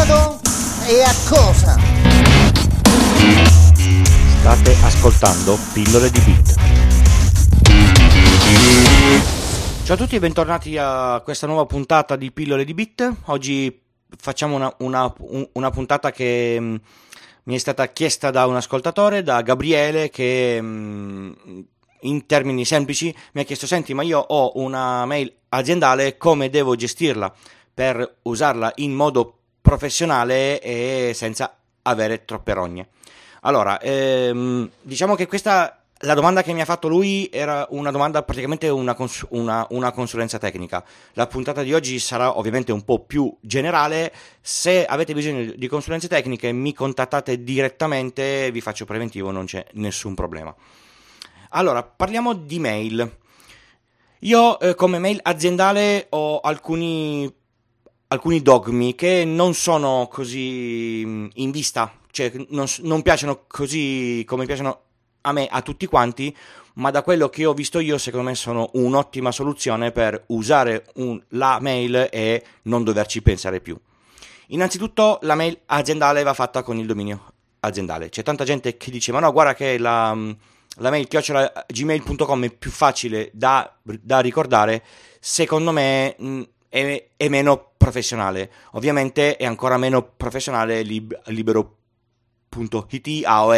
modo e a cosa? State ascoltando Pillole di Bit. Ciao a tutti e bentornati a questa nuova puntata di Pillole di Bit. Oggi facciamo una puntata che mi è stata chiesta da un ascoltatore, da Gabriele, che in termini semplici mi ha chiesto: senti, ma io ho una mail aziendale, come devo gestirla per usarla in modo professionale e senza avere troppe rogne? Allora, diciamo che la domanda che mi ha fatto lui era una domanda, praticamente una consulenza tecnica. La puntata di oggi sarà ovviamente un po' più generale. Se avete bisogno di consulenze tecniche, mi contattate direttamente, vi faccio preventivo, non c'è nessun problema. Allora, parliamo di mail. Io come mail aziendale ho alcuni dogmi che non sono così in vista, cioè non piacciono così come piacciono a me, a tutti quanti, ma da quello che ho visto io, secondo me sono un'ottima soluzione per usare la mail e non doverci pensare più. Innanzitutto, la mail aziendale va fatta con il dominio aziendale. C'è tanta gente che dice: ma no, guarda che la mail @gmail.com è più facile da ricordare. Secondo me è meno professionale. Ovviamente è ancora meno professionale libero.it,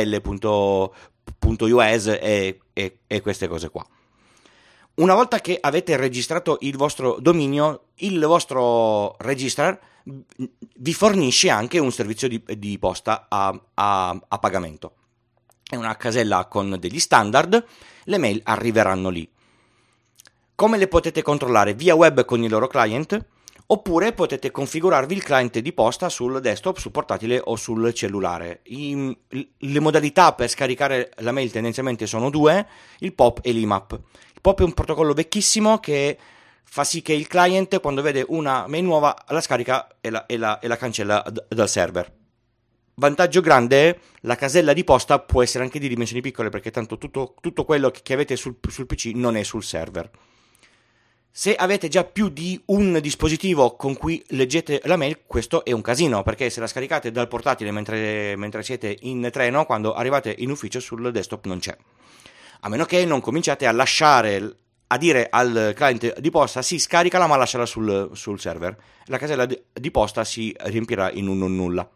aol.us e queste cose qua. Una volta che avete registrato il vostro dominio, il vostro registrar vi fornisce anche un servizio di posta a pagamento. È una casella con degli standard, le mail arriveranno lì. Come le potete controllare? Via web con il loro client, oppure potete configurarvi il client di posta sul desktop, sul portatile o sul cellulare. Le modalità per scaricare la mail tendenzialmente sono due: il POP e l'IMAP. Il POP è un protocollo vecchissimo che fa sì che il client, quando vede una mail nuova, la scarica e la cancella dal server. Vantaggio grande: la casella di posta può essere anche di dimensioni piccole, perché tanto tutto quello che avete sul PC non è sul server. Se avete già più di un dispositivo con cui leggete la mail, questo è un casino, perché se la scaricate dal portatile mentre siete in treno, quando arrivate in ufficio sul desktop non c'è. A meno che non cominciate a dire al client di posta: sì, scaricala, ma lasciala sul server. La casella di posta si riempirà in un non nulla.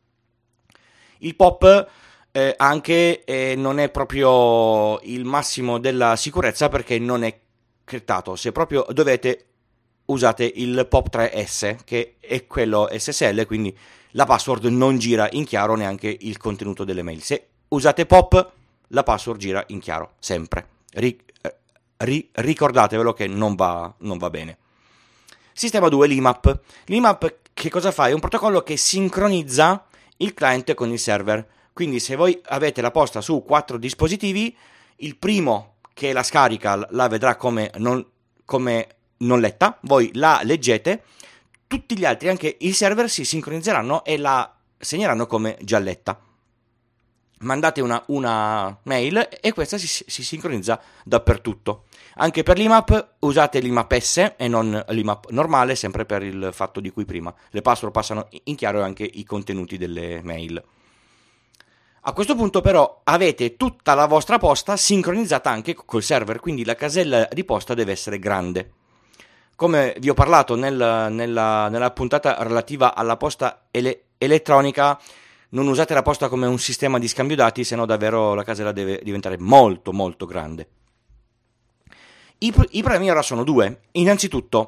Il POP anche non è proprio il massimo della sicurezza, perché non è criptato. Se proprio dovete, usate il POP3S, che è quello SSL, quindi la password non gira in chiaro neanche il contenuto delle mail. Se usate POP, la password gira in chiaro, sempre. Ricordatevelo che non va bene. Sistema 2, l'IMAP. L'IMAP che cosa fa? È un protocollo che sincronizza il client con il server. Quindi se voi avete la posta su 4 dispositivi, il primo che la scarica la vedrà come non letta, voi la leggete, tutti gli altri, anche il server, si sincronizzeranno e la segneranno come già letta. Mandate una mail e questa si sincronizza dappertutto. Anche per l'IMAP usate l'IMAP S e non l'IMAP normale, sempre per il fatto di cui prima. Le password passano in chiaro e anche i contenuti delle mail. A questo punto però avete tutta la vostra posta sincronizzata anche col server, quindi la casella di posta deve essere grande. Come vi ho parlato nella puntata relativa alla posta elettronica, non usate la posta come un sistema di scambio dati, se no davvero la casella deve diventare molto molto grande. I problemi ora sono due. Innanzitutto,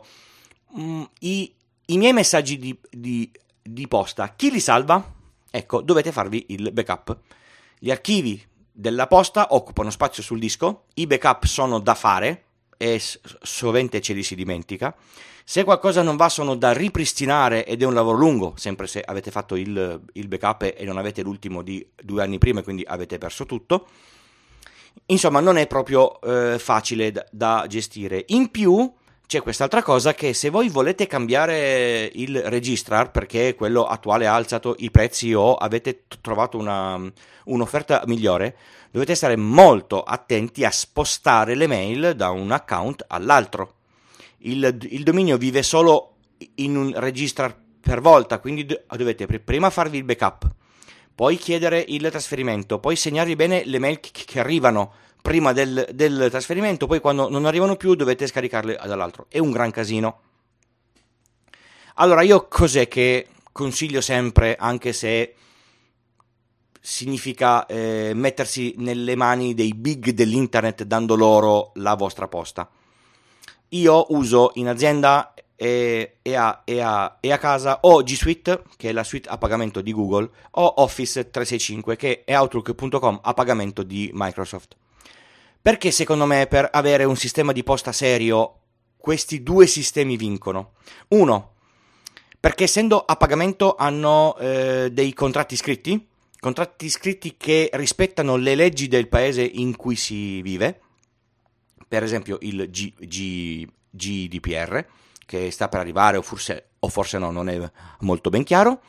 i miei messaggi di posta, chi li salva? Ecco, dovete farvi il backup. Gli archivi della posta occupano spazio sul disco, i backup sono da fare e sovente ce li si dimentica. Se qualcosa non va, sono da ripristinare ed è un lavoro lungo, sempre se avete fatto il backup e non avete l'ultimo di 2 anni prima, quindi avete perso tutto. Insomma, non è proprio facile da gestire. In più c'è quest'altra cosa, che se voi volete cambiare il registrar perché quello attuale ha alzato i prezzi o avete trovato un'offerta migliore, dovete stare molto attenti a spostare le mail da un account all'altro. Il dominio vive solo in un registrar per volta, quindi dovete prima farvi il backup, poi chiedere il trasferimento, poi segnarvi bene le mail che arrivano prima del trasferimento, poi quando non arrivano più dovete scaricarle dall'altro. È un gran casino. Allora, io cos'è che consiglio sempre, anche se significa mettersi nelle mani dei big dell'internet dando loro la vostra posta? Io uso in azienda e a casa o G Suite, che è la suite a pagamento di Google, o Office 365, che è Outlook.com a pagamento di Microsoft. Perché secondo me per avere un sistema di posta serio questi due sistemi vincono? Uno, perché essendo a pagamento hanno dei contratti scritti che rispettano le leggi del paese in cui si vive, per esempio il GDPR, che sta per arrivare, o forse no, non è molto ben chiaro,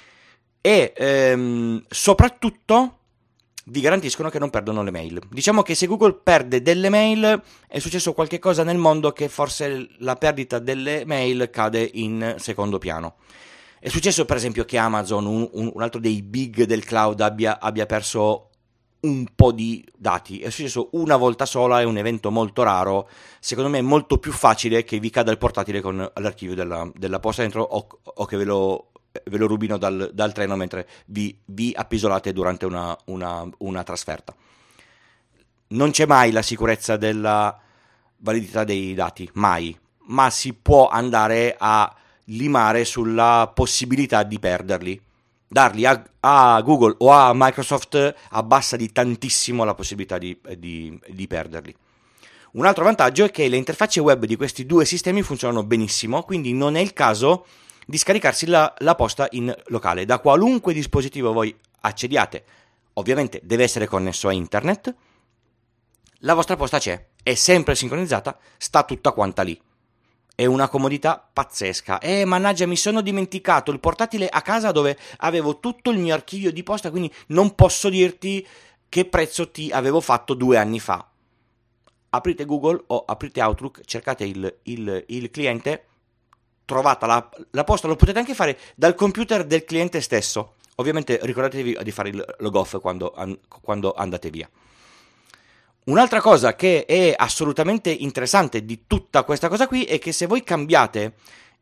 e soprattutto vi garantiscono che non perdono le mail. Diciamo che se Google perde delle mail è successo qualche cosa nel mondo che forse la perdita delle mail cade in secondo piano. È successo per esempio che Amazon, un altro dei big del cloud, abbia perso un po' di dati. È successo una volta sola, è un evento molto raro. Secondo me è molto più facile che vi cada il portatile con l'archivio della posta dentro, o che ve lo rubino dal treno mentre vi appisolate durante una trasferta. Non c'è mai la sicurezza della validità dei dati, mai, ma si può andare a limare sulla possibilità di perderli. Darli a Google o a Microsoft abbassa di tantissimo la possibilità di perderli. Un altro vantaggio è che le interfacce web di questi due sistemi funzionano benissimo, quindi non è il caso di scaricarsi la posta in locale. Da qualunque dispositivo voi accediate, ovviamente deve essere connesso a internet, la vostra posta c'è, è sempre sincronizzata, sta tutta quanta lì. È una comodità pazzesca. Mannaggia, mi sono dimenticato il portatile a casa dove avevo tutto il mio archivio di posta, quindi non posso dirti che prezzo ti avevo fatto 2 anni fa. Aprite Google o aprite Outlook, cercate il cliente, trovata la posta, lo potete anche fare dal computer del cliente stesso. Ovviamente ricordatevi di fare il log off quando andate via. Un'altra cosa che è assolutamente interessante di tutta questa cosa qui è che se voi cambiate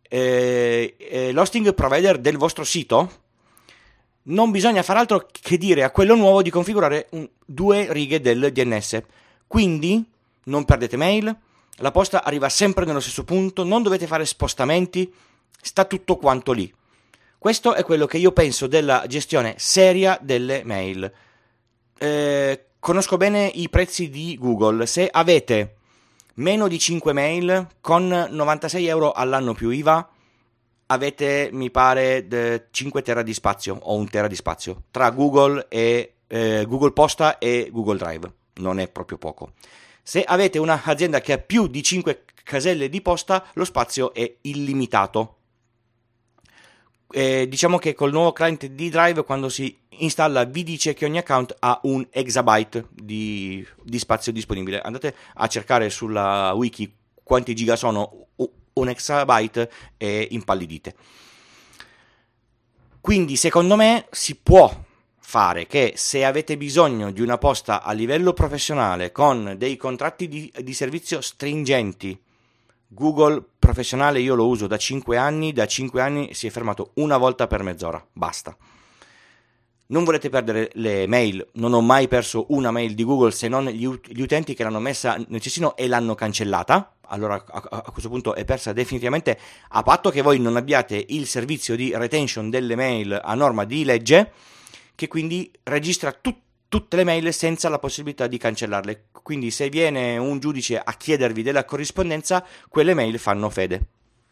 l'hosting provider del vostro sito, non bisogna fare altro che dire a quello nuovo di configurare 2 righe del DNS. Quindi non perdete mail, la posta arriva sempre nello stesso punto, non dovete fare spostamenti, sta tutto quanto lì. Questo è quello che io penso della gestione seria delle mail. Conosco bene i prezzi di Google. Se avete meno di 5 mail con 96 euro all'anno più IVA, avete, mi pare, 5 tera di spazio o 1 tera di spazio tra Google e Google Posta e Google Drive. Non è proprio poco. Se avete un'azienda che ha più di 5 caselle di posta, lo spazio è illimitato. Diciamo che col nuovo client di Drive, quando si installa, vi dice che ogni account ha 1 exabyte di spazio disponibile. Andate a cercare sulla wiki quanti giga sono 1 exabyte e impallidite. Quindi secondo me si può fare che, se avete bisogno di una posta a livello professionale con dei contratti di servizio stringenti, Google professionale io lo uso da 5 anni, da 5 anni si è fermato una volta per mezz'ora, basta. Non volete perdere le mail, non ho mai perso una mail di Google, se non gli utenti che l'hanno messa nel cestino e l'hanno cancellata. Allora a questo punto è persa definitivamente, a patto che voi non abbiate il servizio di retention delle mail a norma di legge, che quindi registra tutte le mail senza la possibilità di cancellarle. Quindi se viene un giudice a chiedervi della corrispondenza, quelle mail fanno fede.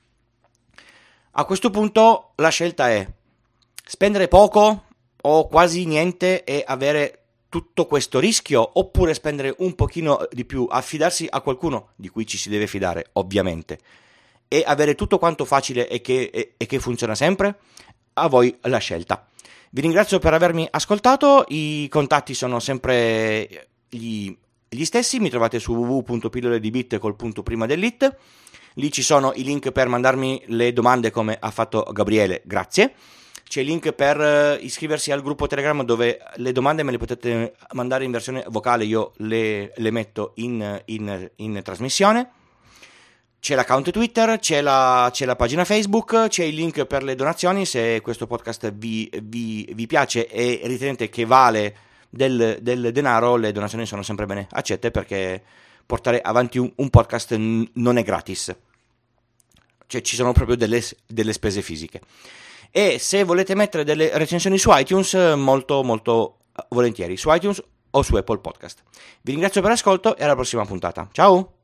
A questo punto la scelta è spendere poco o quasi niente e avere tutto questo rischio, oppure spendere un pochino di più, affidarsi a qualcuno di cui ci si deve fidare, ovviamente, e avere tutto quanto facile e che funziona sempre. A voi la scelta. Vi ringrazio per avermi ascoltato, i contatti sono sempre gli stessi, mi trovate su www.pilloledibit col punto prima dell'it. lì ci sono i link per mandarmi le domande come ha fatto Gabriele, grazie. C'è il link per iscriversi al gruppo Telegram dove le domande me le potete mandare in versione vocale, io le metto in trasmissione. C'è l'account Twitter, c'è la pagina Facebook, c'è il link per le donazioni se questo podcast vi piace e ritenete che vale del denaro, le donazioni sono sempre bene accette perché portare avanti un podcast non è gratis, cioè ci sono proprio delle spese fisiche. E se volete mettere delle recensioni su iTunes, molto molto volentieri, su iTunes o su Apple Podcast. Vi ringrazio per l'ascolto e alla prossima puntata. Ciao!